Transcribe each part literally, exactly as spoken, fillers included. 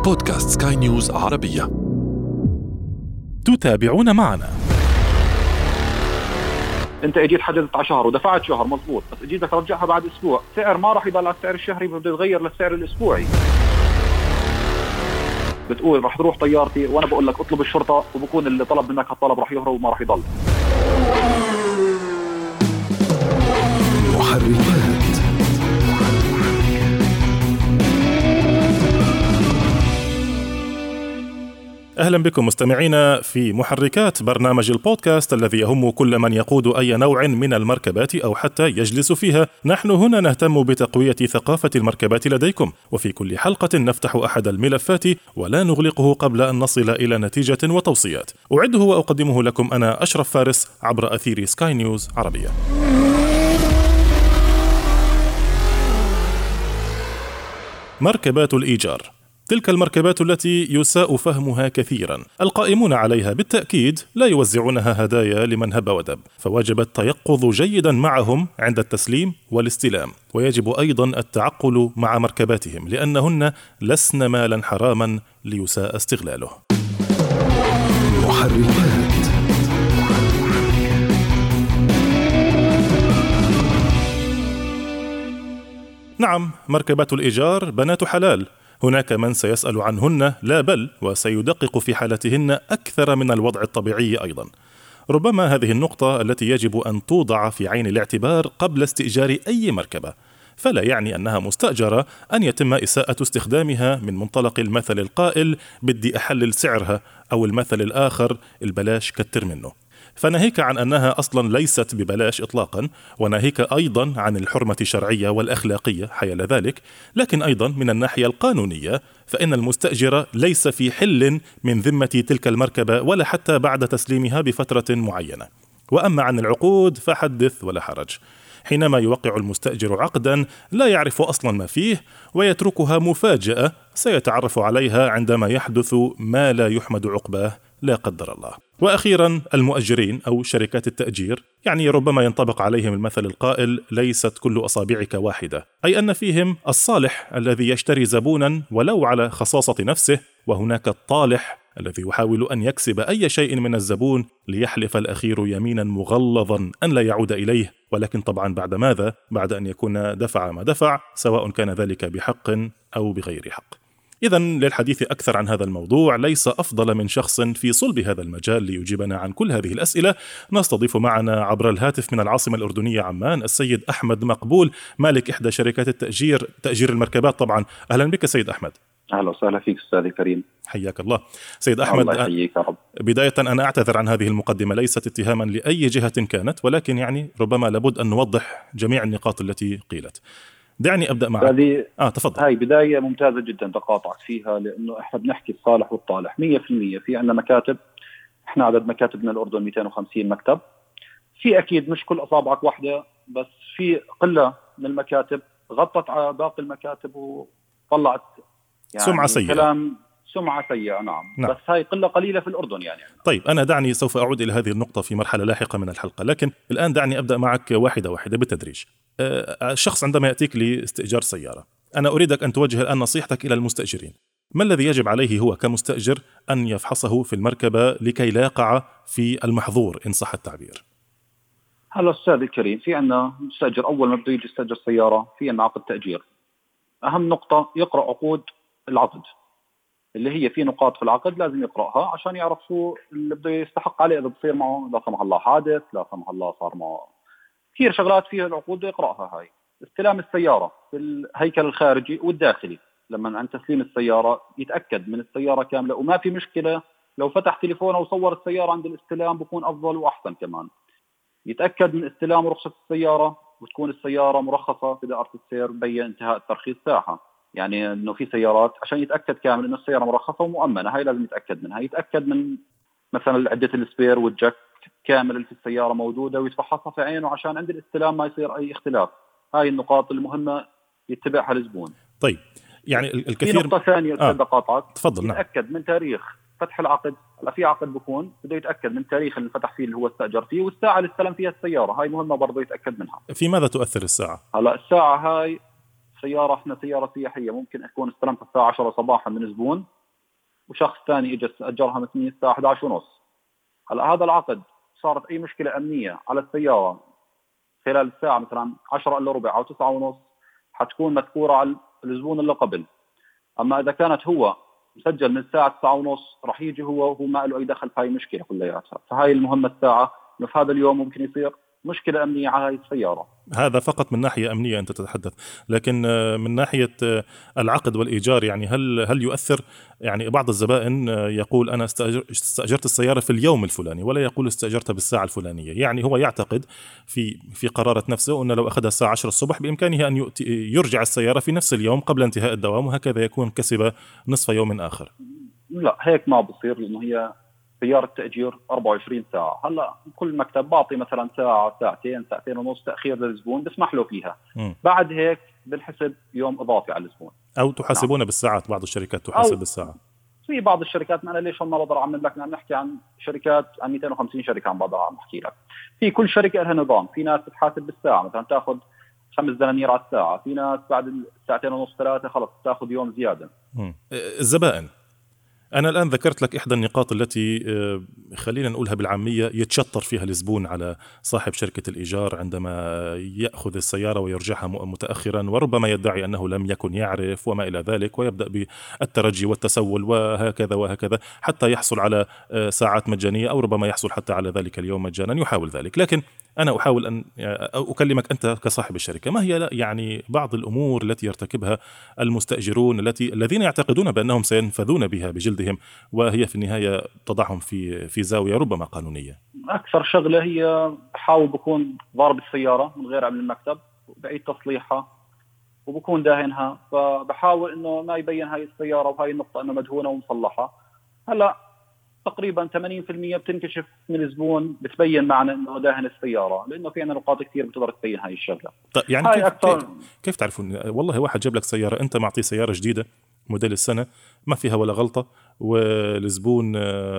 بودكاست سكاي نيوز عربية. تتابعون معنا. انت اجيت حجزت على شهر ودفعت شهر مضبوط، بس اجيت بدك ترجعها بعد اسبوع، سعر ما راح يضل على السعر الشهري، بده يتغير للسعر الاسبوعي. بتقول راح تروح طيارتي وانا بقول لك اطلب الشرطه، وبكون اللي طلب منك هالطلب راح يهرب وما راح يضل. محركات. أهلا بكم مستمعينا في محركات، برنامج البودكاست الذي يهم كل من يقود أي نوع من المركبات أو حتى يجلس فيها. نحن هنا نهتم بتقوية ثقافة المركبات لديكم، وفي كل حلقة نفتح أحد الملفات ولا نغلقه قبل أن نصل إلى نتيجة وتوصيات. أعده وأقدمه لكم أنا أشرف فارس عبر أثير سكاي نيوز عربية. مركبات الإيجار، تلك المركبات التي يساء فهمها كثيرا. القائمون عليها بالتأكيد لا يوزعونها هدايا لمن هب ودب، فواجب التيقظ جيدا معهم عند التسليم والاستلام، ويجب أيضا التعقل مع مركباتهم لأنهن لسن مالا حراما ليساء استغلاله. محركات. نعم، مركبات الإيجار بنات حلال. هناك من سيسأل عنهن لا بل وسيدقق في حالتهن أكثر من الوضع الطبيعي أيضا. ربما هذه النقطة التي يجب أن توضع في عين الاعتبار قبل استئجار أي مركبة، فلا يعني أنها مستأجرة أن يتم إساءة استخدامها من منطلق المثل القائل بدي أحلل سعرها، أو المثل الآخر البلاش كتر منه. فناهيك عن أنها أصلا ليست ببلاش إطلاقا، وناهيك أيضا عن الحرمة الشرعية والأخلاقية حيال ذلك، لكن أيضا من الناحية القانونية فإن المستأجر ليس في حل من ذمة تلك المركبة ولا حتى بعد تسليمها بفترة معينة. وأما عن العقود فحدث ولا حرج. حينما يوقع المستأجر عقدا لا يعرف أصلا ما فيه ويتركها مفاجأة سيتعرف عليها عندما يحدث ما لا يحمد عقباه لا قدر الله. وأخيرا المؤجرين أو شركات التأجير، يعني ربما ينطبق عليهم المثل القائل ليست كل أصابعك واحدة، أي أن فيهم الصالح الذي يشتري زبونا ولو على خصاصة نفسه، وهناك الطالح الذي يحاول أن يكسب أي شيء من الزبون ليحلف الأخير يمينا مغلظا أن لا يعود إليه، ولكن طبعا بعد ماذا؟ بعد أن يكون دفع ما دفع، سواء كان ذلك بحق أو بغير حق. إذن للحديث أكثر عن هذا الموضوع ليس أفضل من شخص في صلب هذا المجال ليجيبنا عن كل هذه الأسئلة. نستضيف معنا عبر الهاتف من العاصمة الأردنية عمان السيد أحمد مقبول، مالك إحدى شركات التأجير تأجير المركبات طبعا. أهلا بك سيد أحمد. أهلا وسهلا فيك أستاذي كريم. حياك الله سيد أحمد. الله يحييك يا رب. بداية أنا أعتذر عن هذه المقدمة، ليست اتهاما لأي جهة كانت، ولكن يعني ربما لابد أن نوضح جميع النقاط التي قيلت. دعني أبدأ معك. هذه آه تفضل. هاي بداية ممتازة جدا تقاطعك فيها، لأنه إحنا بنحكي الصالح والطالح مية في المية. في عندنا مكاتب، إحنا عدد مكاتبنا الأردن مئتين وخمسين مكتب. في أكيد مش كل أصابعك واحدة، بس في قلة من المكاتب غطت على باقي المكاتب وطلعت يعني سمعة سيئة. كلام سمعة سيئة. نعم. نعم. بس هاي قلة قليلة في الأردن يعني. طيب أنا دعني سوف أعود إلى هذه النقطة في مرحلة لاحقة من الحلقة، لكن الآن دعني أبدأ معك واحدة واحدة بالتدريج. الشخص عندما يأتيك لاستئجار سيارة، أنا أريدك أن توجه الآن نصيحتك إلى المستأجرين. ما الذي يجب عليه هو كمستأجر أن يفحصه في المركبة لكي لا يقع في المحظور إن صح التعبير؟ هلا أستاذ الكريم، في عنا مستأجر أول ما بده يجي يستأجر سيارة في عنا عقد تأجير. أهم نقطة يقرأ عقود العقد، اللي هي في نقاط في العقد لازم يقرأها عشان يعرف شو اللي بده يستحق عليه إذا بصير معه لا سمح الله حادث، لا سمح الله صار معه كثير شغلات فيها العقود بده يقرأها. هاي استلام السيارة في الهيكل الخارجي والداخلي، لما عند تسليم السيارة يتأكد من السيارة كاملة، وما في مشكلة لو فتح تليفونه وصور السيارة عند الاستلام بكون أفضل وأحسن كمان. يتأكد من استلام رخصة السيارة، وتكون السيارة مرخصة بدائرة السير بين انتهاء الترخيص ساحة، يعني انه في سيارات عشان يتأكد كامل انه السيارة مرخصة ومؤمنة، هاي لازم يتأكد منها. يتأكد من مثلا عدة السبير والجاك كامل اللي في السيارة موجودة ويتفحصها في عينه عشان عند الاستلام ما يصير اي اختلاف. هاي النقاط المهمة يتبعها الزبون. طيب يعني الكثير. في نقطة ثانية آه. قاطعك. تفضل. نعم. يتأكد من تاريخ فتح العقد. هلا في عقد بكون بده يتأكد من تاريخ اللي فتح فيه اللي هو استأجر فيه، والساعة اللي استلم فيها السيارة، هاي مهمة برضه يتأكد منها. في ماذا تؤثر الساعة؟ هلا الساعة هاي سياره احنا سياره سياحيه ممكن اكون استلمتها الساعه عشرة صباحا من زبون، وشخص ثاني اجى اجرها مثلا الساعه إحدى عشرة ونص. هلا هذا العقد صارت اي مشكله امنيه على السياره خلال الساعه مثلا عشرة الا ربع او تسعة ونص حتكون مذكوره على الزبون اللي قبل. اما اذا كانت هو مسجل من الساعه تسعة ونص راح يجي هو وهو ما له اي دخل في هاي المشكله كلياتها. فهاي المهمه الساعه انه في هذا اليوم ممكن يصير مشكله امنيه على هاي السياره. هذا فقط من ناحية أمنية أنت تتحدث، لكن من ناحية العقد والإيجار يعني هل هل يؤثر؟ يعني بعض الزبائن يقول أنا استأجر استأجرت السيارة في اليوم الفلاني ولا يقول استأجرتها بالساعة الفلانية، يعني هو يعتقد في في قرارة نفسه أنه لو أخذها الساعة عشرة الصبح بإمكانه أن يرجع السيارة في نفس اليوم قبل انتهاء الدوام، وهكذا يكون كسب نصف يوم آخر. لا هيك ما بصير، لأنه هي سيارة تأجير أربعة وعشرين ساعة. هلا كل مكتب بعطي مثلا ساعة ساعتين ساعتين ونص تأخير للزبون بسمح له فيها. م. بعد هيك بنحسب يوم إضافي على الزبون. أو تحاسبونه نعم. بالساعات، بعض الشركات تحاسب بالساعة. في بعض الشركات، ما أنا ليش ما بقدر أعمل لك، نحكي عن شركات عن مئتين وخمسين شركة عم بقدر عم بحكي لك. في كل شركة لها نظام، في ناس بتحاسب بالساعة مثلا تأخذ خمس دنانير على الساعة، في ناس بعد ساعتين ونص ثلاثة خلص تأخذ يوم زيادة. م. الزبائن، أنا الآن ذكرت لك إحدى النقاط التي خلينا نقولها بالعامية يتشطر فيها الزبون على صاحب شركة الإيجار عندما يأخذ السيارة ويرجعها متأخرا، وربما يدعي أنه لم يكن يعرف وما إلى ذلك، ويبدأ بالترجي والتسول وهكذا وهكذا حتى يحصل على ساعات مجانية، أو ربما يحصل حتى على ذلك اليوم مجانا، يحاول ذلك. لكن أنا أحاول أن أكلمك أنت كصاحب الشركة، ما هي يعني بعض الأمور التي يرتكبها المستأجرون التي الذين يعتقدون بأنهم سينفذون بها بجلدهم، وهي في النهاية تضعهم في في زاوية ربما قانونية؟ أكثر شغلة هي بحاول بكون ضارب السيارة من غير عمل المكتب وبعيد تصليحها وبكون داهنها، فبحاول إنه ما يبين هاي السيارة وهاي النقطة إنه مدهونة ومصلحة. هلا تقريبا ثمانين بالمئة بتنكشف من الزبون، بتبين معنا انه داهن السياره، لانه في عندنا نقاط كثير بتقدر تبين هاي الشغله. طيب يعني كيف, كيف كيف تعرفون؟ والله واحد جاب لك سياره انت معطيه سياره جديده موديل السنه ما فيها ولا غلطه، والزبون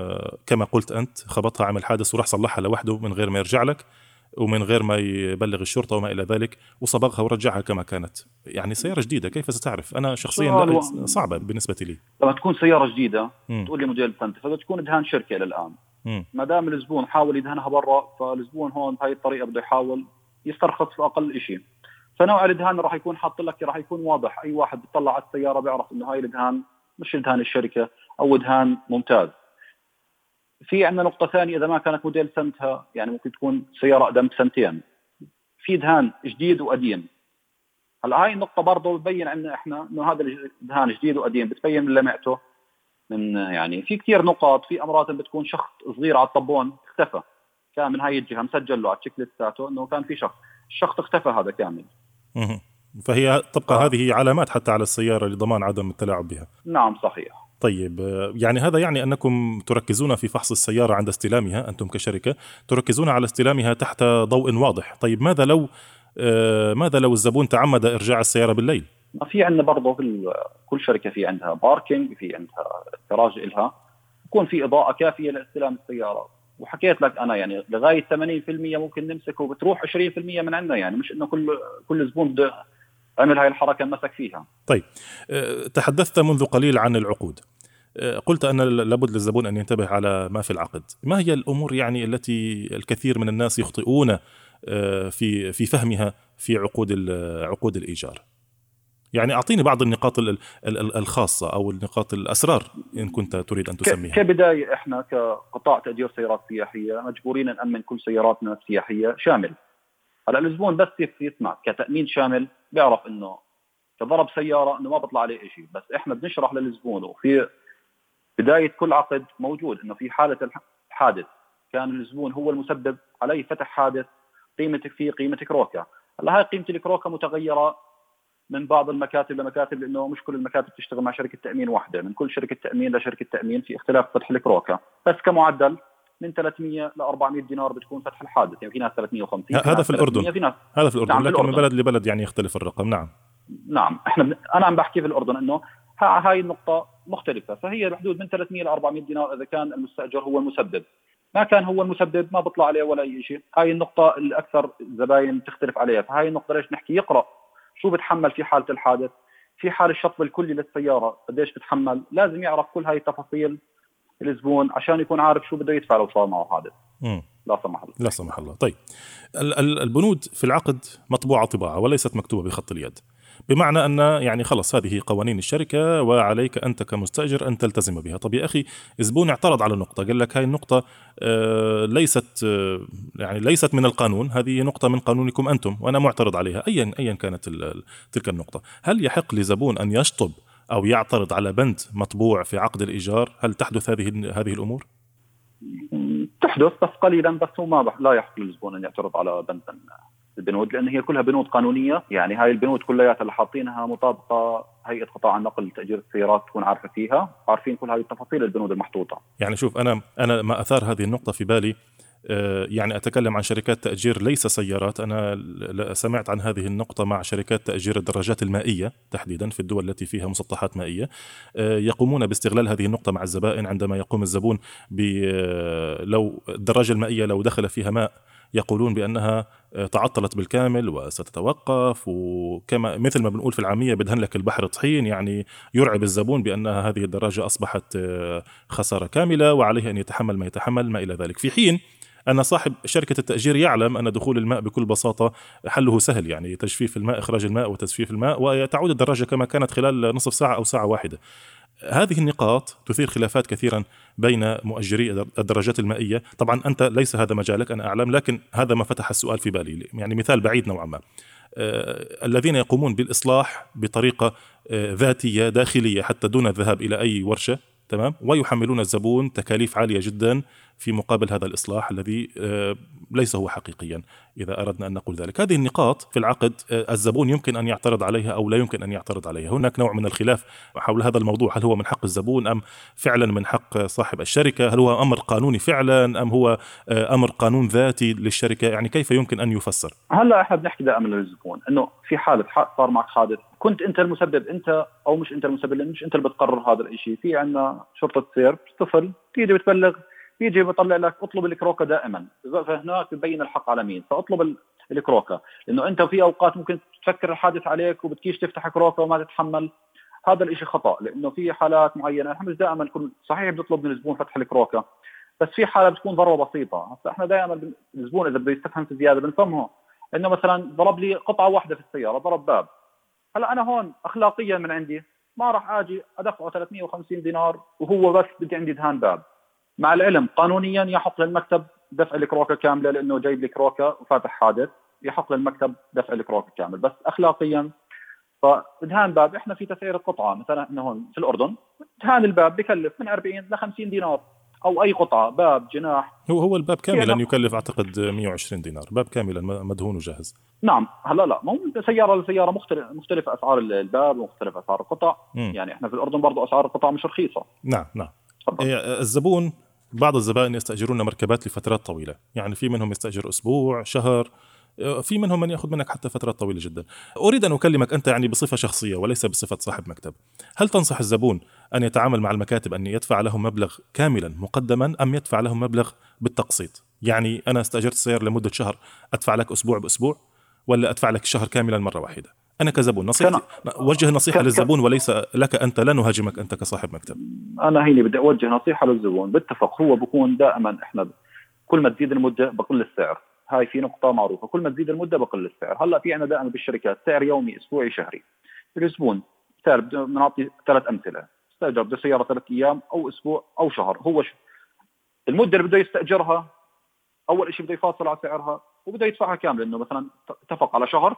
كما قلت انت خبطها عمل حادث وراح صلحها لوحده من غير ما يرجع لك ومن غير ما يبلغ الشرطه وما الى ذلك، وصبغها ورجعها كما كانت. يعني سياره جديده كيف ستعرف؟ انا شخصيا صعبه بالنسبه لي. لما تكون سياره جديده م. تقول لي موديل سنه، فبده تكون دهان شركه للان. ما دام الزبون حاول يدهنها برا، فالزبون هون بهي الطريقه بده يحاول يسترخص في اقل شيء. فنوع الدهان راح يكون حاط لك، راح يكون واضح، اي واحد بيطلع على السياره بيعرف انه هاي الدهان مش دهان الشركه او دهان ممتاز. في عندنا نقطة ثانية، إذا ما كانت موديل سنتها، يعني ممكن تكون سيارة أقدم بسنتين، في دهان جديد وقديم. هلا هاي النقطة برضو بتبين عندنا إحنا إنه هذا الدهان جديد وقديم، بتبين من لمعته، من يعني في كتير نقاط. في أمراض بتكون شخص صغير على الطبون اختفى، كان من هاي الجهة مسجل له على التشيك ليستاته إنه كان في شخص، الشخص اختفى هذا كامل. فهي تبقى آه. هذه علامات حتى على السيارة لضمان عدم التلاعب بها. نعم صحيح. طيب يعني هذا يعني أنكم تركزون في فحص السيارة عند استلامها، أنتم كشركة تركزون على استلامها تحت ضوء واضح. طيب ماذا لو آه ماذا لو الزبون تعمد إرجاع السيارة بالليل؟ في عندنا برضه في كل شركة في عندها باركينج، في عندها كراج إلها، يكون في إضاءة كافية لاستلام السيارة. وحكيت لك أنا يعني لغاية ثمانين بالمئة ممكن نمسكه وبتروح عشرين بالمئة من عندنا، يعني مش إنه كل كل زبون بده عمل هاي الحركة مسك فيها. طيب تحدثت منذ قليل عن العقود، قلت أن لابد للزبون أن ينتبه على ما في العقد. ما هي الأمور يعني التي الكثير من الناس يخطئون في في فهمها في عقود عقود الإيجار؟ يعني أعطيني بعض النقاط الخاصة أو النقاط الأسرار إن كنت تريد أن تسميها. كبداية إحنا كقطاع تأجير سيارات سياحية مجبورين نأمن كل سياراتنا السياحية شامل. هلا الزبون بس يسمع كتأمين شامل بيعرف إنه كضرب سيارة إنه ما بطلع عليه إشي، بس إحنا بنشرح للزبون وفي بداية كل عقد موجود إنه في حالة الحادث كان الزبون هو المسبب عليه فتح حادث، قيمتك فيه قيمة كروكا. هلا هاي قيمة الكروكا متغيرة من بعض المكاتب لمكاتب، لأنه مش كل المكاتب تشتغل مع شركة تأمين واحدة، من كل شركة تأمين لشركة تأمين في اختلاف فتح الكروكا، بس كمعدل من ثلاثمئة ل أربعمئة دينار بتكون فتح الحادث. يعني في ناس ثلاثمئة وخمسين، هذا في الأردن، في ناس هذا في الأردن، نعم لكن من بلد لبلد يعني يختلف الرقم. نعم نعم احنا ب... انا عم بحكي في الأردن انه هاي النقطة مختلفة، فهي بحدود من ثلاثمئة ل أربعمئة دينار اذا كان المستأجر هو المسبب. ما كان هو المسبب ما بطلع عليه ولا اي شيء. هاي النقطة اللي اكثر زباين تختلف عليها. فهاي النقطة ليش نحكي يقرأ شو بتحمل في حالة الحادث، في حال الشطب الكلي للسيارة قديش بتحمل. لازم يعرف كل هاي التفاصيل الزبون عشان يكون عارف شو بده يدفع لو صار معه حادث. مم. لا سمح الله. لا سمح الله. طيب ال- ال- البنود في العقد مطبوعة طباعة وليست مكتوبة بخط اليد، بمعنى أن يعني خلص هذه قوانين الشركة وعليك أنت كمستأجر أن تلتزم بها. طب يا أخي زبون اعترض على النقطة، قال لك هاي النقطة آه ليست آه يعني ليست من القانون، هذه نقطة من قانونكم أنتم وأنا معترض عليها، أيا أيا كانت تلك النقطة. هل يحق لزبون أن يشطب أو يعترض على بند مطبوع في عقد الإيجار؟ هل تحدث هذه هذه الأمور؟ تحدث بس قليلا، بس هو ما بح... لا يحق للزبون أن يعترض على بند البنود، لأن هي كلها بنود قانونية. يعني هاي البنود كلها اللي حاطينها مطابقة هيئة قطاع النقل تأجير السيارات تكون عارفة فيها، عارفين كل هاي التفاصيل البنود المحطوطة. يعني شوف أنا أنا ما أثار هذه النقطة في بالي، يعني أتكلم عن شركات تأجير ليس سيارات. أنا سمعت عن هذه النقطة مع شركات تأجير الدراجات المائية تحديدا في الدول التي فيها مسطحات مائية، يقومون باستغلال هذه النقطة مع الزبائن. عندما يقوم الزبون ب لو الدراجة المائية لو دخل فيها ماء يقولون بأنها تعطلت بالكامل وستتوقف، وكما مثل ما بنقول في العامية بدهن لك البحر طحين، يعني يرعب الزبون بأنها هذه الدراجة أصبحت خسارة كاملة وعليه أن يتحمل ما يتحمل ما إلى ذلك، في حين أن صاحب شركة التأجير يعلم أن دخول الماء بكل بساطة حله سهل، يعني تجفيف الماء، إخراج الماء وتجفيف الماء، وتعود الدراجة كما كانت خلال نصف ساعة أو ساعة واحدة. هذه النقاط تثير خلافات كثيرا بين مؤجري الدراجات المائية. طبعا أنت ليس هذا مجالك أنا أعلم، لكن هذا ما فتح السؤال في بالي، يعني مثال بعيد نوعا ما. آه الذين يقومون بالإصلاح بطريقة آه ذاتية داخلية حتى دون الذهاب إلى أي ورشة، تمام، ويحملون الزبون تكاليف عالية جدا في مقابل هذا الإصلاح الذي آه ليس هو حقيقيا، إذا أردنا أن نقول ذلك. هذه النقاط في العقد آه الزبون يمكن أن يعترض عليها أو لا يمكن أن يعترض عليها. هناك نوع من الخلاف حول هذا الموضوع، هل هو من حق الزبون أم فعلا من حق صاحب الشركة؟ هل هو أمر قانوني فعلا أم هو آه أمر قانون ذاتي للشركة؟ يعني كيف يمكن أن يفسر؟ هلا احنا بنحكي دائما للزبون انه في حالة صار معك حادث، كنت انت المسبب انت او مش انت المسبب، لأن مش انت اللي بتقرر هذا الشيء. في عندنا شرطة سير بتصل تيجي بتبلغ، بيجي بيطلع لك اطلب الكروكا دائما، فهناك ببين الحق على مين، فاطلب الكروكا، لانه انت في اوقات ممكن تفكر الحادث عليك وبتكيش تفتح كروكا وما تتحمل. هذا الاشي خطأ، لانه في حالات معينة احنا مش دائما نكون صحيح بنطلب من الزبون فتح الكروكا، بس في حالة بتكون ضربة بسيطة. هسا احنا دائما الزبون اذا بده يستفهم في زيادة بنفهمه انه مثلا ضرب لي قطعة واحدة في السيارة، ضرب باب. هلا انا هون اخلاقيا من عندي ما راح اجي ادفعه ثلاثمية وخمسين دينار وهو بس بدي عندي دهان باب، مع العلم قانونيا يحق للمكتب دفع الكروكا كامله لانه جايب لي كروكا وفاتح حادث، يحق للمكتب دفع الكروكا كامل. بس اخلاقيا فدهان باب احنا في تسعير القطعه، مثلا احنا هون في الاردن دهان الباب بكلف من أربعين ل خمسين دينار، او اي قطعه باب جناح. هو هو الباب كاملا يكلف اعتقد مية وعشرين دينار، باب كاملا مدهون وجاهز. نعم. هلا لا مو سياره لسياره مختلف مختلف اسعار الباب ومختلف اسعار القطع. م. يعني احنا في الاردن برضو اسعار القطع مش رخيصه. نعم نعم. الزبون بعض الزبائن يستأجرون مركبات لفترات طويلة، يعني في منهم يستأجر أسبوع شهر، في منهم من يأخذ منك حتى فترات طويلة جدا. أريد أن أكلمك أنت يعني بصفة شخصية وليس بصفة صاحب مكتب، هل تنصح الزبون أن يتعامل مع المكاتب أن يدفع لهم مبلغ كاملا مقدما أم يدفع لهم مبلغ بالتقسيط؟ يعني أنا استأجرت سيارة لمدة شهر أدفع لك أسبوع بأسبوع ولا أدفع لك الشهر كاملا مرة واحدة؟ أنا كزبون نصيحتي وجه نصيحة كان للزبون وليس لك أنت، لا نهاجمك أنت كصاحب مكتب. أنا هيني بدي أوجه نصيحة للزبون باتفق. هو بكون دائما إحنا كل ما تزيد المدة بقل السعر، هاي في نقطة معروفة، كل ما تزيد المدة بقل السعر. هلا في عنا دائما بالشركات سعر يومي أسبوعي شهري. الزبون سعر بنعطي ثلاث أمثلة، استأجر بده سيارة ثلاث أيام أو أسبوع أو شهر، هو شو المدة اللي بده يستأجرها أول شيء بده يفاصل على سعرها وبده يدفعها كامل. إنه مثلا اتفق على شهر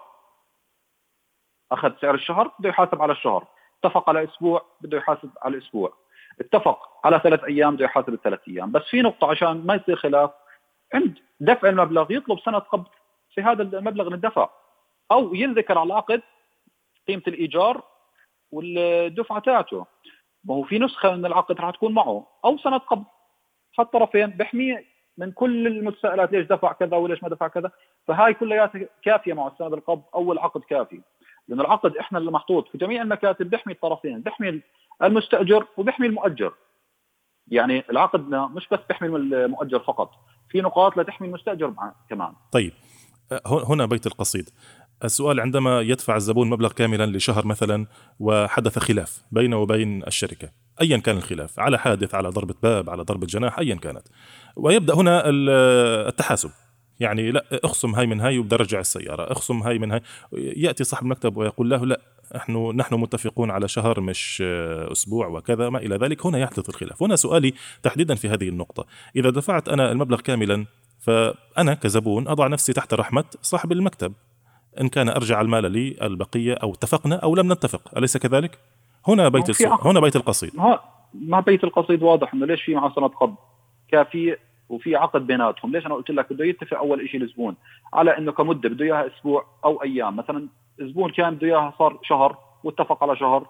أخذ سعر الشهر بده يحاسب على الشهر، اتفق على أسبوع بده يحاسب على الأسبوع، اتفق على ثلاث أيام بده يحاسب الثلاث أيام. بس في نقطة عشان ما يصير خلاف، عند دفع المبلغ يطلب سند قبض في هذا المبلغ اللي دفع، أو ينذكر على العقد قيمة الإيجار والدفعة تاعته، ما هو في نسخة من العقد راح تكون معه، أو سند قبض هالطرفين بحميه من كل المتساءلات، ليش دفع كذا وليش ما دفع كذا. فهاي كلها كافية مع السند القبض أو العقد كافي، لأن العقد إحنا اللي محطوط في جميع المكاتب بيحمي الطرفين، بيحمي المستأجر وبيحمي المؤجر. يعني العقدنا مش بس بيحمي المؤجر فقط، في نقاط لا تحمي المستأجر كمان. طيب هنا بيت القصيد، السؤال عندما يدفع الزبون مبلغ كاملا لشهر مثلا وحدث خلاف بينه وبين الشركة أيا كان الخلاف، على حادث، على ضربة باب، على ضربة جناح، أيا كانت، ويبدأ هنا التحاسب، يعني لا اخصم هاي من هاي وبدي ارجع السيارة، اخصم هاي من هاي. يأتي صاحب المكتب ويقول له لا نحن نحن متفقون على شهر مش أسبوع وكذا ما إلى ذلك. هنا يحدث الخلاف. هنا سؤالي تحديدا في هذه النقطة، إذا دفعت أنا المبلغ كاملا فأنا كزبون أضع نفسي تحت رحمة صاحب المكتب، إن كان أرجع المال لي البقية أو اتفقنا أو لم نتفق، أليس كذلك؟ هنا بيت السؤال، هنا بيت القصيد. ما بيت القصيد واضح إنه ليش في معاه سند قبض كافي وفي عقد بيناتهم. ليش أنا قلت لك بده يتفق أول إشي الزبون على إنه كمدة بده إياها أسبوع أو أيام. مثلا الزبون كان بده إياها صار شهر واتفق على شهر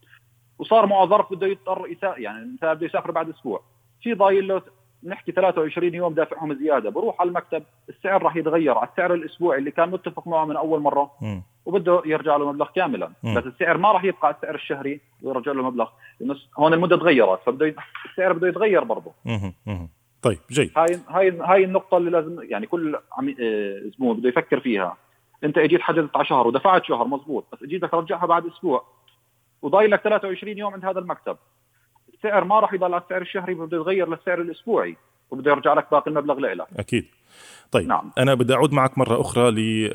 وصار معه ظرف بده يضطر يسافر، يعني مثلا بده يسافر بعد أسبوع، في ضايل له نحكي ثلاثة وعشرين يوم دافعهم زيادة، بروح على المكتب السعر راح يتغير على السعر الأسبوعي اللي كان متفق معه من أول مرة م. وبده يرجع له مبلغ كاملا م. بس السعر ما راح يبقى على السعر الشهري ويرجع له مبلغ، لأنه هون المدة تغيرت فبده السعر بده يتغير برضه. طيب جيد. هاي هاي هاي النقطة اللي لازم يعني كل زبون بده يفكر فيها. أنت اجيت حجزت على شهر ودفعت شهر مزبوط، بس اجيتك رجعها بعد أسبوع وضايلك ثلاثة وعشرين يوم عند هذا المكتب، السعر ما راح يضل على السعر الشهري، بده يتغير للسعر الأسبوعي وبده يرجع لك باقي المبلغ لإلك. أكيد. طيب نعم. أنا بدي أعود معك مرة أخرى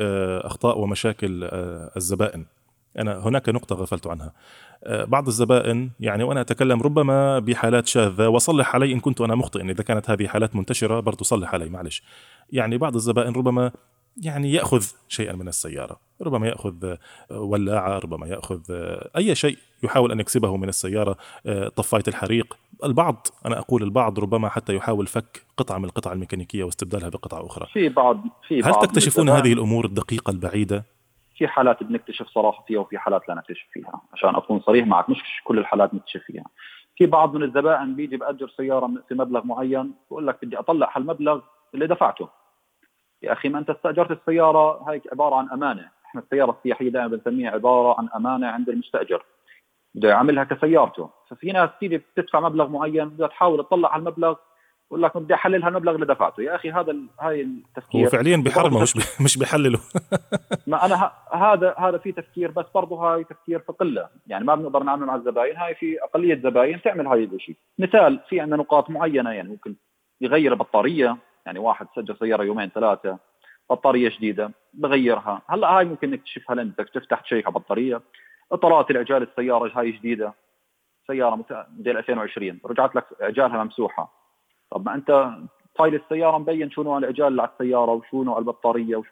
لأخطاء ومشاكل الزبائن. أنا هناك نقطة غفلت عنها. بعض الزبائن يعني وأنا أتكلم ربما بحالات شاذة وصلح علي إن كنت أنا مخطئ، إذا كانت هذه حالات منتشرة برضو صلح علي معلش. يعني بعض الزبائن ربما يعني يأخذ شيئا من السيارة، ربما يأخذ ولاعة، ربما يأخذ أي شيء يحاول أن يكسبه من السيارة، طفاية الحريق. البعض، أنا أقول البعض، ربما حتى يحاول فك قطعة من القطع الميكانيكية واستبدالها بقطعة أخرى. في بعض في هل بعض تكتشفون هذه الأمور الدقيقة البعيدة؟ في حالات بنكتشف صراحة فيها وفي حالات لا نكتشف فيها، عشان أكون صريح معك مش كل الحالات نكتشف فيها. في بعض من الزبائن بيجي بأجر سيارة في مبلغ معين بقول لك بدي أطلع هالمبلغ اللي دفعته. يا أخي ما أنت استأجرت السيارة، هاي عبارة عن أمانة، إحنا السيارة السياحية دائما بنسميها عبارة عن أمانة عند المستأجر، بده يعملها كسيارته. ففي ناس تيجي بتدفع مبلغ معين بدها تحاول تطلع على المبلغ يقول لك بدي أحلل هالمبلغ اللي دفعته. يا أخي هذا هاي التفكير هو فعليا بحرمه مش مش بيحلله. ما أنا هذا هذا في تفكير، بس برضه هاي تفكير في قلة، يعني ما بنقدر نعمل مع الزباين. هاي في أقلية زباين تعمل هاي الشيء. مثال، في عندنا نقاط معينة، يعني ممكن يغير بطارية، يعني واحد سجل سيارة يومين ثلاثة بطارية جديدة بغيرها، هلا هاي ممكن نكتشفها لأنك تفتح تشيك على بطارية. إطارات العجال السيارة هاي جديدة، سيارة موديل ألفين وعشرين رجعت لك عجالها ممسوحة، طب ما أنت فايل السيارة مبين شو نوع العجال اللي على السيارة وشو نوع البطارية وشو.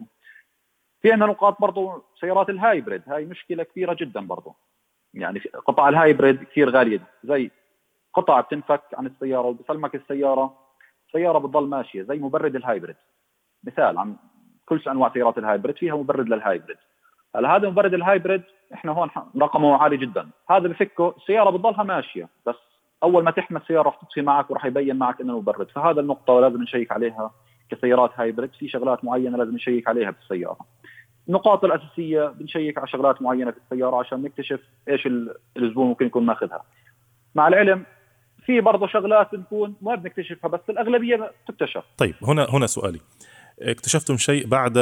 في عندنا نقاط برضو سيارات الهايبريد، هاي مشكلة كبيرة جدا برضو، يعني قطع الهايبريد كثير غالية، زي قطع بتنفك عن السيارة وبسلمك السيارة، سيارة بتضل ماشية زي مبرد الهايبريد. مثال عن كل أنواع سيارات الهايبريد فيها مبرد للهايبريد. هلا هذا مبرد الهايبريد احنا هون رقمه عالي جدا، هذا بفكه السيارة بتضلها ماشية، بس أول ما تحمل السيارة راح تطفي معك وراح يبين معك إنه مبرد. فهذا النقطة لازم نشيك عليها كسيارات هايبريد، في شغلات معينة لازم نشيك عليها بالسيارة. النقاط الأساسية بنشيك على شغلات معينة في السيارة عشان نكتشف إيش الزبون ممكن يكون ماخذها. مع العلم في برضه شغلات نكون ما بنكتشفها بس الأغلبية بتكتشف. طيب هنا هنا سؤالي، اكتشفتم شيء بعد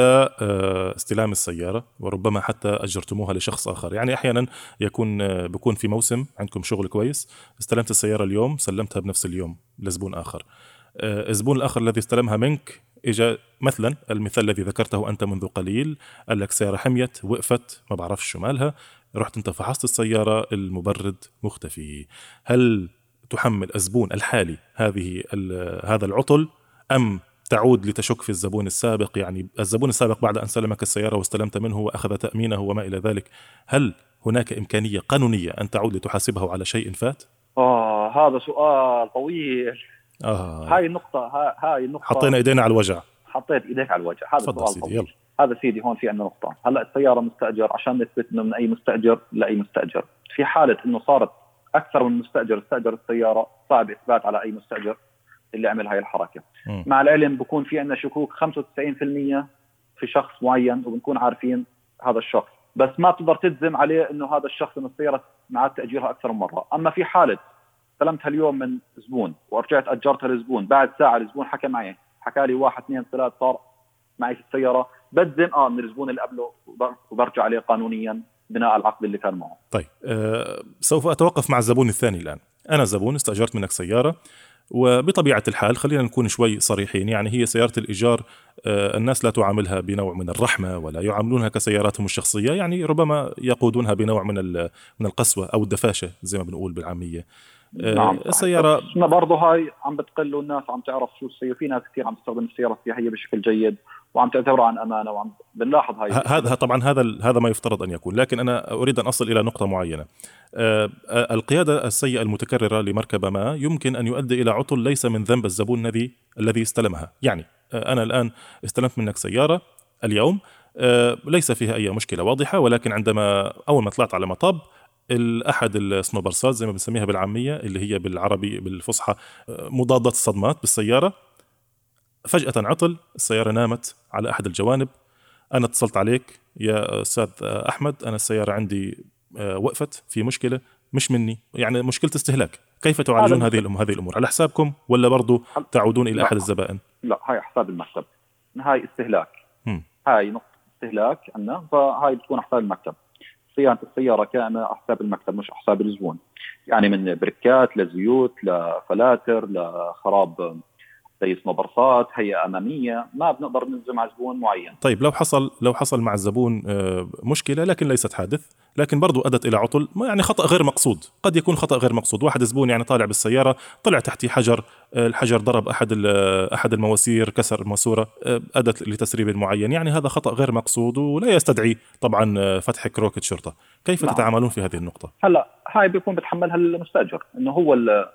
استلام السيارة وربما حتى أجرتموها لشخص آخر، يعني أحيانا يكون بيكون في موسم عندكم شغل كويس، استلمت السيارة اليوم سلمتها بنفس اليوم لزبون آخر، الزبون الآخر الذي استلمها منك إجا مثلا المثال الذي ذكرته أنت منذ قليل، قال لك سيارة حميت وقفت ما بعرفش شو مالها، رحت أنت فحصت السيارة المبرد مختفي. هل تحمل الزبون الحالي هذه هذا العطل أم تعود لتشك في الزبون السابق؟ يعني الزبون السابق بعد أن سلمك السيارة واستلمت منه وأخذ تأمينه وما إلى ذلك، هل هناك إمكانية قانونية أن تعود لتحاسبه على شيء فات؟ آه هذا سؤال طويل. آه. هاي النقطة هاي النقطة حطينا إيدينا على الوجع. حطيت إيديك على الوجع. هذا سؤال سيدي طويل. يلا. هذا سيدي هون في عندنا نقطة. هلا السيارة مستأجر، عشان نثبت إنه من أي مستأجر لأي مستأجر. في حالة إنه صارت أكثر من مستأجر استأجر السيارة، صعب إثبات على أي مستأجر اللي عمل هاي الحركة. م. مع العلم بكون في عندنا شكوك خمسة وتسعين بالمئة في شخص معين وبنكون عارفين هذا الشخص، بس ما تقدر تجزم عليه إنه هذا الشخص إنه السيارة معاد تأجيرها أكثر من مرة. أما في حالة استلمتها اليوم من زبون ورجعت أجرتها لزبون، بعد ساعة الزبون حكى معي حكى لي واحد اثنين ثلاث صار معي في السيارة، بزن اه من الزبون اللي قبله وبرجع عليه قانونيا بناء على العقد اللي كان معه. طيب أه سوف أتوقف مع الزبون الثاني الآن. أنا زبون استأجرت منك سيارة، وبطبيعة الحال خلينا نكون شوي صريحين، يعني هي سيارة الإيجار أه الناس لا تعاملها بنوع من الرحمة ولا يعاملونها كسياراتهم الشخصية، يعني ربما يقودونها بنوع من من القسوة أو الدفاشة زي ما بنقول بالعامية. نعم السيارة برضه هاي عم بتقل والناس عم تعرف شو السيارة، في ناس كثير عم تستخدم السيارة السياحية بشكل جيد وعم تعتبرها عن أمانة، وعم بنلاحظ هاي هذا طبعا هذا هذا ما يفترض أن يكون، لكن أنا أريد أن أصل إلى نقطة معينة. القيادة السيئة المتكررة لمركبة ما يمكن أن يؤدي إلى عطل ليس من ذنب الزبون الذي الذي استلمها. يعني أنا الآن استلمت منك سيارة اليوم ليس فيها أي مشكلة واضحة، ولكن عندما أول ما طلعت على مطب الأحد السنوبرسات زي ما بنسميها بالعامية اللي هي بالعربي بالفصحى مضادة الصدمات بالسيارة، فجأة عطل، السيارة نامت على أحد الجوانب. أنا اتصلت عليك يا أستاذ أحمد، أنا السيارة عندي وقفت، في مشكلة مش مني، يعني مشكلة استهلاك. كيف تعالجون هذه الأمور هذه الأمور على حسابكم ولا برضو تعودون إلى لا. أحد الزبائن؟ لا هاي حساب المكتب، هاي استهلاك. م. هاي نقطة استهلاك عندنا، فهاي بتكون حساب المكتب. صيانة السيارة كاملة حساب المكتب مش حساب الزبون، يعني من بركات لزيوت لفلاتر لخراب زي سنوبرسات هي أمامية، ما بنقدر ننزل مع زبون معين. طيب لو حصل لو حصل مع الزبون مشكلة لكن ليست حادث، لكن برضو أدت إلى عطل، يعني خطأ غير مقصود، قد يكون خطأ غير مقصود. واحد زبون يعني طالع بالسيارة طلع تحتي حجر، الحجر ضرب أحد أحد المواسير، كسر الماسورة، أدت لتسريب معين، يعني هذا خطأ غير مقصود ولا يستدعي طبعا فتح كروكة شرطة. كيف نعم. تتعاملون في هذه النقطة؟ هلا هاي بيكون بتحملها المستأجر إنه هو اللي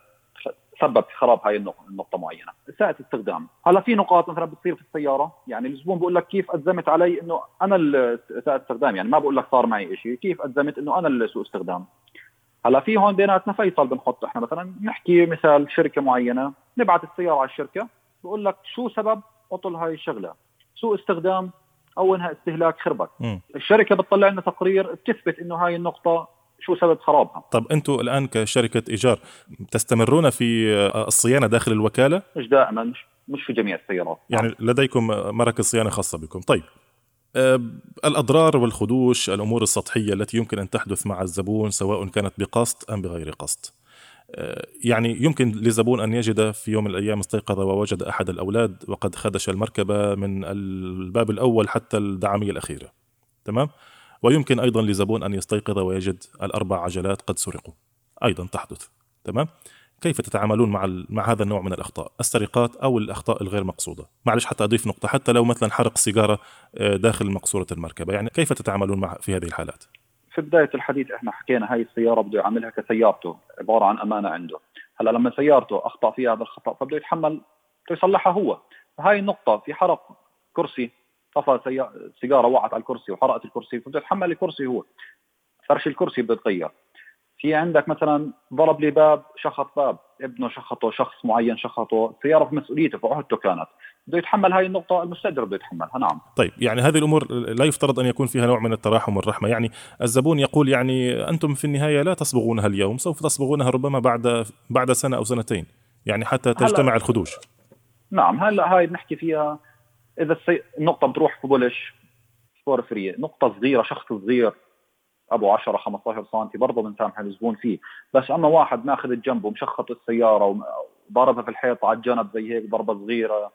سبب في خراب هاي النقطة معينة. ساعة استخدام، هلا في نقاط مثلا بتصير في السيارة، يعني الزبون بقول لك كيف أزمت علي إنه أنا ساعة استخدام، يعني ما بقول لك صار معي إشي، كيف أزمت إنه أنا اللي سوء استخدام. هلا في هون بيناتنا فيصل بنحط إحنا مثلا نحكي مثال شركة معينة، نبعت السيارة على الشركة بقول لك شو سبب عطل هاي الشغلة، سوء استخدام أو إنها استهلاك خربك. م. الشركة بتطلع لنا تقرير بتثبت إنه هاي النقطة شو سبب خرابها. طب أنتوا الآن كشركة إيجار تستمرون في الصيانة داخل الوكالة؟ مش دائما، مش, مش في جميع السيارات، يعني لديكم مراكز صيانة خاصة بكم. طيب أه الأضرار والخدوش، الأمور السطحية التي يمكن أن تحدث مع الزبون سواء كانت بقصد أم بغير قصد، أه يعني يمكن لزبون أن يجد في يوم من الأيام استيقظ ووجد أحد الأولاد وقد خدش المركبة من الباب الأول حتى الدعامية الأخيرة، تمام؟ ويمكن أيضا لزبون أن يستيقظ ويجد الأربع عجلات قد سرقوا، أيضا تحدث، تمام؟ كيف تتعاملون مع مع هذا النوع من الأخطاء، السرقات أو الأخطاء الغير مقصودة؟ معلش حتى أضيف نقطة، حتى لو مثلا حرق سيجارة داخل مقصورة المركبة، يعني كيف تتعاملون مع في هذه الحالات؟ في بداية الحديث إحنا حكينا هاي السيارة بده يعملها كسيارته، عبارة عن أمانة عنده. هلا لما سيارته أخطأ فيها هذا الخطأ فبده يتحمل، بده يصلحها هو. فهاي النقطة في حرق كرسي، طفى سيجارة وقعت على الكرسي وحرقت الكرسي، فبده يتحمل الكرسي هو، فرش الكرسي بده يتغير. في عندك مثلا ضرب لي باب، شخط باب، ابنه شخطه، شخص معين شخطه، سيارة في مسؤوليته في عهدته كانت، بده يتحمل هاي النقطة، المستأجر بده يتحملها. نعم. طيب يعني هذه الأمور لا يفترض أن يكون فيها نوع من التراحم والرحمة، يعني الزبون يقول يعني أنتم في النهاية لا تصبغونها اليوم، سوف تصبغونها ربما بعد بعد سنة أو سنتين، يعني حتى تجتمع الخدوش. نعم. هلا هاي بنحكي فيها إذا السي... النقطة بتروح في بولش فور فري، نقطة صغيرة، شخص صغير أبو عشرة خمسة عشر سنتي برضه بنسامح الزبون فيه، بس أما واحد ماخذ الجنب ومشخط السيارة وضربها في الحيط على الجنب زي هيك ضربة صغيرة،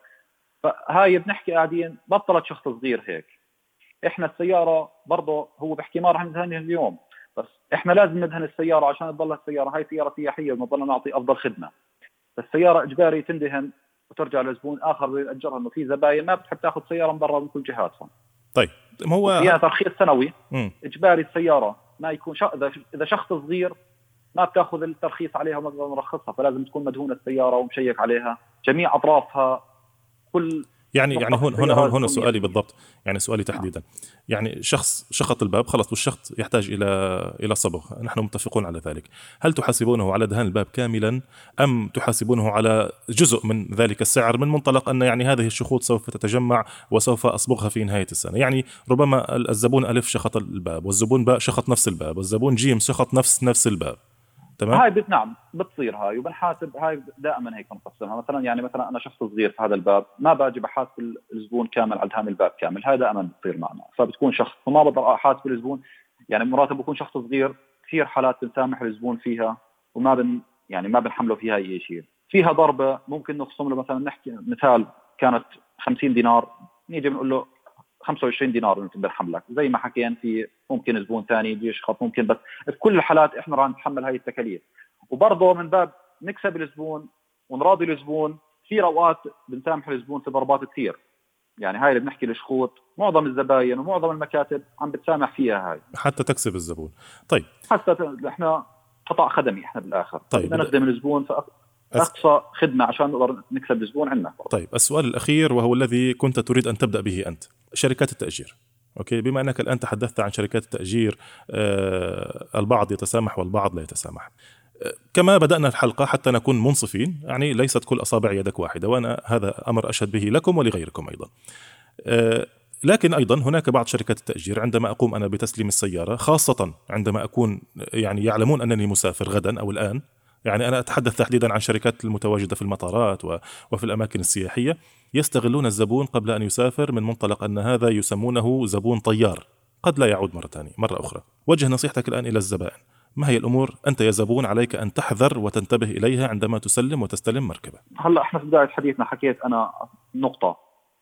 فهاي بنحكي قاعدين بطلت شخص صغير هيك. إحنا السيارة برضه هو بحكي ما رح ندهنها اليوم، بس إحنا لازم ندهن السيارة عشان تضل السيارة هاي سيارة سياحية ونضل نعطي أفضل خدمة. السيارة إجباري تندهن وترجع لزبون آخر يأجرها، إنه في زباين ما بتحب تأخذ سيارة من برا من كل جهاتهم. طيب هو فيها ترخيص سنوي م. إجباري السيارة ما يكون شا... إذا شخص صغير ما بتأخذ الترخيص عليها وما بنقدر نرخصها، فلازم تكون مدهونة السيارة ومشيك عليها جميع أطرافها كل. يعني يعني هون هنا هون هنا سؤالي بالضبط، يعني سؤالي تحديدا، يعني شخص شخط الباب خلص والشخص يحتاج إلى إلى صبغ، نحن متفقون على ذلك، هل تحاسبونه على دهان الباب كاملا أم تحاسبونه على جزء من ذلك السعر من منطلق أن يعني هذه الشخوط سوف تتجمع وسوف أصبغها في نهاية السنة؟ يعني ربما الزبون ألف شخط الباب والزبون باء شخط نفس الباب والزبون جيم شخط نفس نفس الباب، تمام. هاي بت نعم بتصير هاي، وبنحاسب هاي دائما هيك بنقسمها. مثلا يعني مثلا انا شخص صغير في هذا الباب، ما باجي بحاسب الزبون كامل على هذا الباب كامل، هاي دائما بتصير معنا. فبتكون شخص وما بقدر احاسب الزبون، يعني مراتب بكون شخص صغير، كثير حالات بنسامح الزبون فيها وما بن يعني ما بنحمله فيها اي شيء. فيها ضربه ممكن نخصم له، مثلا نحكي مثال كانت خمسين دينار، نيجي بنقول له خمسة وعشرين دينار انت بنحملك، زي ما حكينا في ممكن زبون ثاني يجي يشخط ممكن، بس في كل الحالات احنا راح نتحمل هاي التكاليف. وبرضه من باب نكسب الزبون ونراضي الزبون، في اوقات بنسامح الزبون في ضربات كثير، يعني هاي اللي بنحكي الشخوط معظم الزباين ومعظم المكاتب عم بتسامح فيها هاي حتى تكسب الزبون. طيب حتى احنا قطاع خدمي احنا بالاخر، طيب بدنا نخدم الزبون فاقصى خدمه عشان نقدر نكسب الزبون عندنا. طيب السؤال الاخير وهو الذي كنت تريد ان تبدا به انت، شركات التاجير. اوكي، بما انك الان تحدثت عن شركات التاجير، آه البعض يتسامح والبعض لا يتسامح. آه كما بدانا الحلقه حتى نكون منصفين، يعني ليست كل اصابع يدك واحده، وانا هذا امر اشهد به لكم ولغيركم ايضا. آه لكن أيضا هناك بعض شركات التأجير عندما أقوم أنا بتسليم السيارة، خاصة عندما أكون يعني يعلمون أنني مسافر غدا أو الآن، يعني أنا أتحدث تحديدا عن شركات المتواجدة في المطارات وفي الأماكن السياحية، يستغلون الزبون قبل أن يسافر من منطلق أن هذا يسمونه زبون طيار قد لا يعود مرة ثانية مرة أخرى. وجه نصيحتك الآن إلى الزبائن، ما هي الأمور أنت يا زبون عليك أن تحذر وتنتبه إليها عندما تسلم وتستلم مركبة؟ هلأ إحنا في بداية حديثنا حكيت أنا نقطة،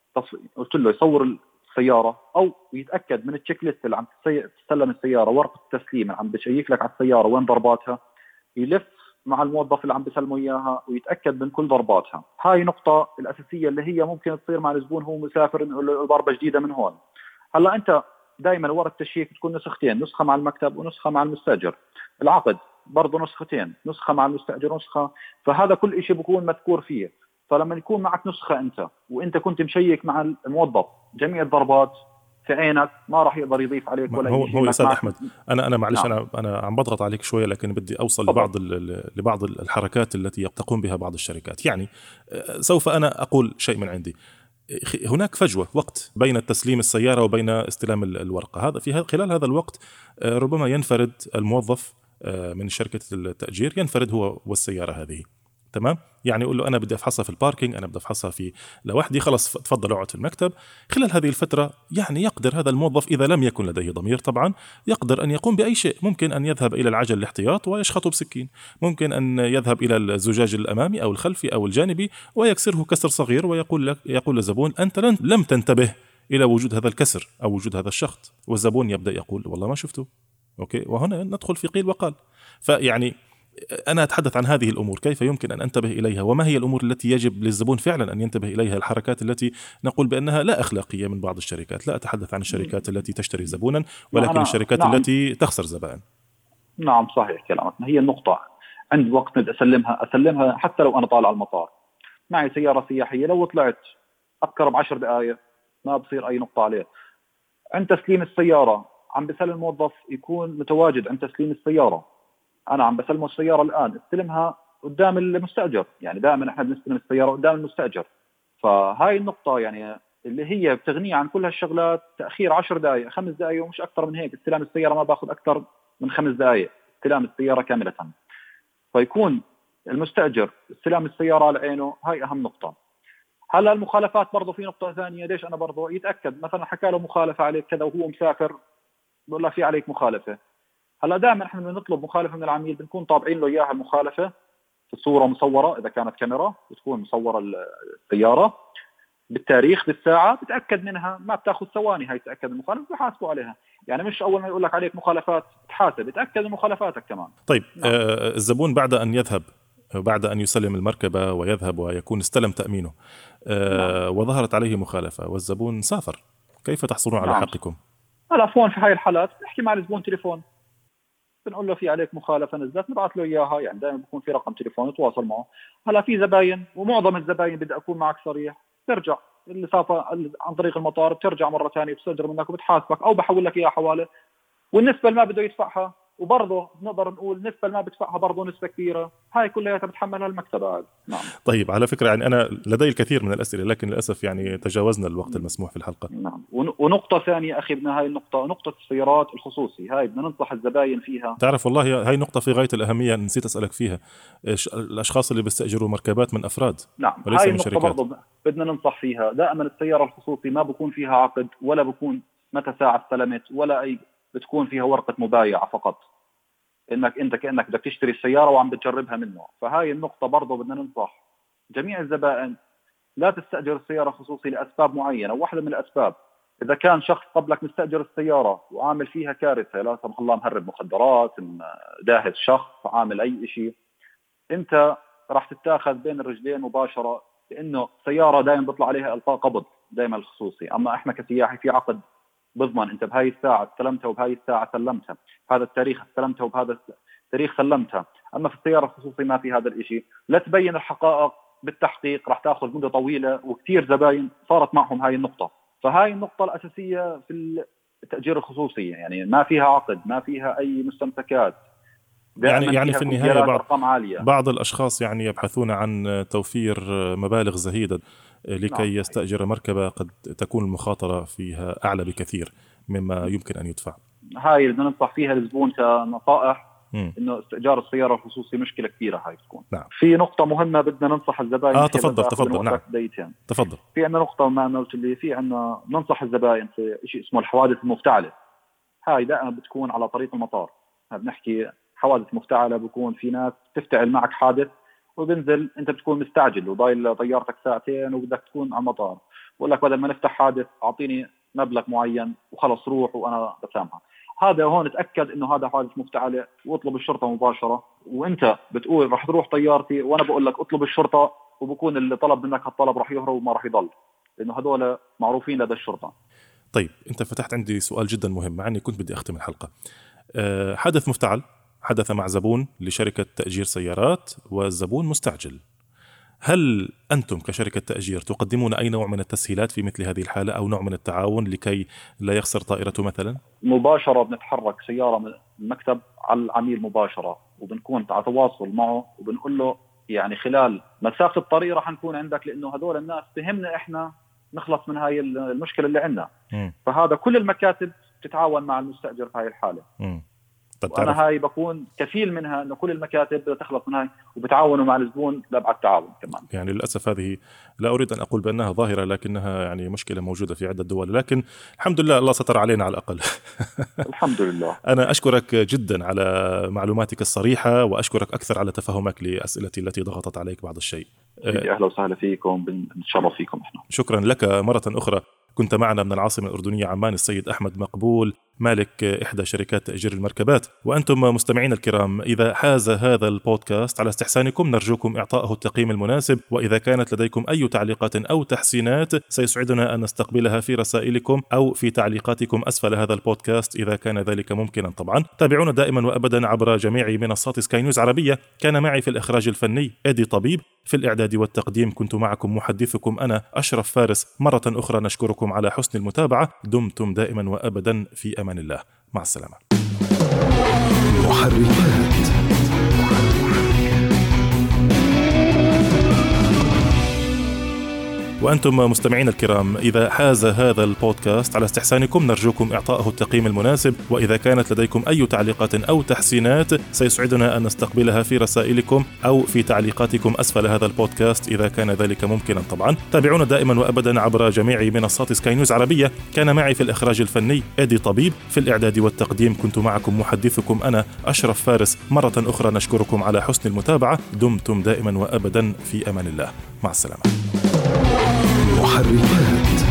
قلت له يصور السيارة أو يتأكد من التشيك ليست اللي عم تسلم السيارة، ورقة التسليم اللي عم بشيك لك على السيارة وين ضرباتها، يلف مع الموظف اللي عم بسلمه إياها ويتأكد من كل ضرباتها. هاي نقطة الأساسية اللي هي ممكن تصير مع الزبون هو مسافر، نقول له ضربة جديدة من هون. هلا أنت دائما ورقة التشيك تكون نسختين، نسخة مع المكتب ونسخة مع المستأجر. العقد برضه نسختين، نسخة مع المستأجر ونسخة، فهذا كل إشي بكون مذكور فيه. فلما يكون معك نسخة أنت وأنت كنت مشيك مع الموظف جميع الضربات في عينك، ما راح يقدر يضيف عليك ولا هو أي شيء. هو أستاذ أحمد، أنا أنا معلش، نعم. أنا أنا عم بضغط عليك شوية، لكن بدي أوصل طبعا. لبعض لبعض الحركات التي تقوم بها بعض الشركات. يعني سوف أنا أقول شيء من عندي. هناك فجوة وقت بين تسليم السيارة وبين استلام الورقة، هذا في خلال هذا الوقت ربما ينفرد الموظف من شركة التأجير، ينفرد هو والسيارة هذه، تمام؟ يعني يقول له أنا بدي أفحصها في الباركينج، أنا بدي أفحصها في لوحدي، خلاص تفضل اقعد في المكتب. خلال هذه الفترة يعني يقدر هذا الموظف إذا لم يكن لديه ضمير طبعا، يقدر أن يقوم بأي شيء. ممكن أن يذهب إلى العجل الاحتياط ويشخطه بسكين، ممكن أن يذهب إلى الزجاج الأمامي أو الخلفي أو الجانبي ويكسره كسر صغير، ويقول لك يقول للزبون أنت لم تنتبه إلى وجود هذا الكسر أو وجود هذا الشخط، والزبون يبدأ يقول والله ما شفته. أوكي، وهنا ندخل في قيل وقال. فيعني أنا أتحدث عن هذه الأمور، كيف يمكن أن أنتبه إليها، وما هي الأمور التي يجب للزبون فعلا أن ينتبه إليها، الحركات التي نقول بأنها لا أخلاقية من بعض الشركات. لا أتحدث عن الشركات التي تشتري زبونا، ولكن الشركات نعم. التي تخسر زبائن. نعم صحيح كلامك. هي النقطة عند وقت بدي أسلمها أسلمها حتى لو أنا طالع على المطار معي سيارة سياحية، لو طلعت أذكر بعشر دقائق ما بصير أي نقطة عليه. عند تسليم السيارة عم بسلم الموظف يكون متواجد عند تسليم السيارة، أنا عم بسلمه السيارة الآن، استلمها قدام المستأجر، يعني دائما إحنا بنستلم السيارة قدام المستأجر. فهاي النقطة يعني اللي هي بتغني عن كل هالشغلات، تأخير عشر دقائق خمس دقائق ومش أكثر من هيك. استلام السيارة ما باخذ أكثر من خمس دقائق استلام السيارة كاملة، فيكون المستأجر استلام السيارة على عينه. هاي أهم نقطة. هلا المخالفات برضو في نقطة ثانية، ليش أنا برضو يتأكد مثلا حكى له مخالفة عليك كذا وهو مسافر، بقول له في عليك مخالفة. هلا دائما احنا بنطلب مخالفة من العميل، بنكون طابعين له إياها المخالفة في صورة مصورة، إذا كانت كاميرا بتكون مصورة السيارة بالتاريخ بالساعة، بتأكد منها، ما بتاخذ ثواني هاي تأكد المخالفة وحاسبوا عليها. يعني مش أول ما يقول لك عليك مخالفات تحاسب، تأكد مخالفاتك كمان. طيب نعم. آه الزبون بعد أن يذهب بعد أن يسلم المركبة ويذهب ويكون استلم تأمينه، آه نعم. وظهرت عليه مخالفة والزبون سافر، كيف تحصلون نعم. على حقكم؟ العفو، في هاي الحالات نحكي مع الزبون تليفون، بنقول له في عليك مخالفة نزلت، نبعث له إياها، يعني دائما بيكون في رقم تليفون يتواصل معه. هلا في زباين ومعظم الزباين بدي أكون معك صريح، ترجع اللي سافر عن طريق المطار بترجع مرة ثانية بتصدر منك وبتحاسبك أو بحول لك إياها حوالة، والنسبة اللي ما بده يدفعها وبرضه نقدر نقول نسبة اللي ما بدفعها برضه نسبة كبيرة، هاي كلها بتحملها المكتبة. نعم. طيب على فكرة يعني أنا لدي الكثير من الأسئلة لكن للأسف يعني تجاوزنا الوقت المسموح في الحلقة. نعم. ونقطة ثانية أخي بدنا هاي النقطة، نقطة السيارات الخصوصي هاي بدنا ننصح الزباين فيها. تعرف والله هاي نقطة في غاية الأهمية نسيت أسألك فيها، الأشخاص اللي بيستأجروا مركبات من أفراد. نعم. هاي النقطة برضه بدنا ننصح فيها. دائما السيارة الخصوصي ما بكون فيها عقد ولا بكون متى ساعة استلمت ولا أي، بتكون فيها ورقة مبايعة فقط، إنك أنت كأنك بدك تشتري السيارة وعم بتجربها منه. فهاي النقطة برضه بدنا ننصح جميع الزبائن لا تستأجر السيارة خصوصي لأسباب معينة. واحدة من الأسباب إذا كان شخص قبلك مستأجر السيارة وعامل فيها كارثة، لا سمح الله مهرب مخدرات، داهس شخص، عامل أي شيء، أنت راح تتاخذ بين الرجلين مباشرة، لأنه سيارة دائما بيطلع عليها إلقاء قبض دائما الخصوصي. أما إحنا كسياحي في عقد بضمن أنت بهاي الساعة استلمتها وبهاي الساعة سلمتها، هذا التاريخ استلمتها وبهذا التاريخ سلمتها. أما في السيارة الخصوصي ما في هذا الإشي. لا تبين الحقائق بالتحقيق راح تأخذ مدة طويلة، وكثير زباين صارت معهم هاي النقطة. فهاي النقطة الأساسية في التأجير الخصوصي، يعني ما فيها عقد، ما فيها أي مستمسكات، يعني يعني في النهاية بعض بعض الأشخاص يعني يبحثون عن توفير مبالغ زهيدة لكي نعم. يستأجر مركبة قد تكون المخاطرة فيها أعلى بكثير مما يمكن أن يدفع. هاي اللي ننصح فيها الزبون كنصائح، إنه استئجار السيارة الخصوصي مشكلة كبيرة هاي تكون. نعم. في نقطة مهمة بدنا ننصح الزبائن. آه تفضل تفضل. نعم. دقيقتين. تفضل. في عندنا نقطة ما أنا قلت اللي في عندنا ننصح الزبائن في شيء اسمه الحوادث المفتعلة. هاي دائما بتكون على طريق المطار. بنحكي حوادث مفتعلة، بكون في ناس تفتعل معك حادث وبنزل انت بتكون مستعجل وضايل طيارتك ساعتين وبدك تكون على المطار، بقول لك بدل ما نفتح حادث اعطيني مبلغ معين وخلص روح وانا بسامحك. هذا هون اتاكد انه هذا حادث مفتعله واطلب الشرطه مباشره. وانت بتقول راح تروح طيارتي وانا بقول لك اطلب الشرطه، وبكون اللي طلب منك هالطلب راح يهرب وما راح يضل، لانه هذول معروفين لدى الشرطه. طيب انت فتحت عندي سؤال جدا مهم، مع اني كنت بدي اختم الحلقه. أه حدث مفتعل حدث مع زبون لشركة تأجير سيارات والزبون مستعجل، هل أنتم كشركة تأجير تقدمون أي نوع من التسهيلات في مثل هذه الحالة أو نوع من التعاون لكي لا يخسر طائرته مثلا؟ مباشرة بنتحرك سيارة من المكتب على العميل مباشرة، وبنكون على تواصل معه وبنقول له يعني خلال مسافة الطريق راح نكون عندك، لأنه هذول الناس بهمنا إحنا نخلص من هاي المشكلة اللي عندنا. م. فهذا كل المكاتب تتعاون مع المستأجر في هاي الحالة. م. وأنا هاي بكون كفيل منها إنه كل المكاتب تخلص منها وبتعاونوا مع الزبون لأبعد تعاون كمان. يعني للأسف هذه لا أريد أن أقول بأنها ظاهرة، لكنها يعني مشكلة موجودة في عدة دول، لكن الحمد لله الله ستر علينا على الأقل. الحمد لله. أنا أشكرك جدا على معلوماتك الصريحة، وأشكرك أكثر على تفهمك لأسئلتي التي ضغطت عليك بعض الشيء. أهلا وسهلا فيكم، بنتشرف فيكم إحنا. شكرا لك مرة أخرى. كنت معنا من العاصمة الأردنية عمان السيد أحمد مقبول، مالك إحدى شركات تأجير المركبات. وأنتم مستمعين الكرام، إذا حاز هذا البودكاست على استحسانكم نرجوكم إعطائه التقييم المناسب، وإذا كانت لديكم أي تعليقات أو تحسينات سيسعدنا أن نستقبلها في رسائلكم أو في تعليقاتكم أسفل هذا البودكاست إذا كان ذلك ممكنا. طبعا تابعونا دائما وأبدا عبر جميع منصات سكاي نيوز عربية. كان معي في الإخراج الفني إدي طبيب، في الإعداد والتقديم كنت معكم محدثكم أنا أشرف فارس. مرة أخرى نشكركم على حسن المتابعة. دمتم دائما وأبدا في أمان الله. مع السلامة. محركات. وأنتم مستمعين الكرام، إذا حاز هذا البودكاست على استحسانكم نرجوكم إعطائه التقييم المناسب، وإذا كانت لديكم أي تعليقات أو تحسينات سيسعدنا أن نستقبلها في رسائلكم أو في تعليقاتكم أسفل هذا البودكاست إذا كان ذلك ممكنا. طبعا تابعونا دائما وأبدا عبر جميع منصات سكاي نيوز عربية. كان معي في الإخراج الفني إدي طبيب، في الإعداد والتقديم كنت معكم محدثكم أنا أشرف فارس. مرة أخرى نشكركم على حسن المتابعة. دمتم دائما وأبدا في أمان الله. مع السلامة. محركات.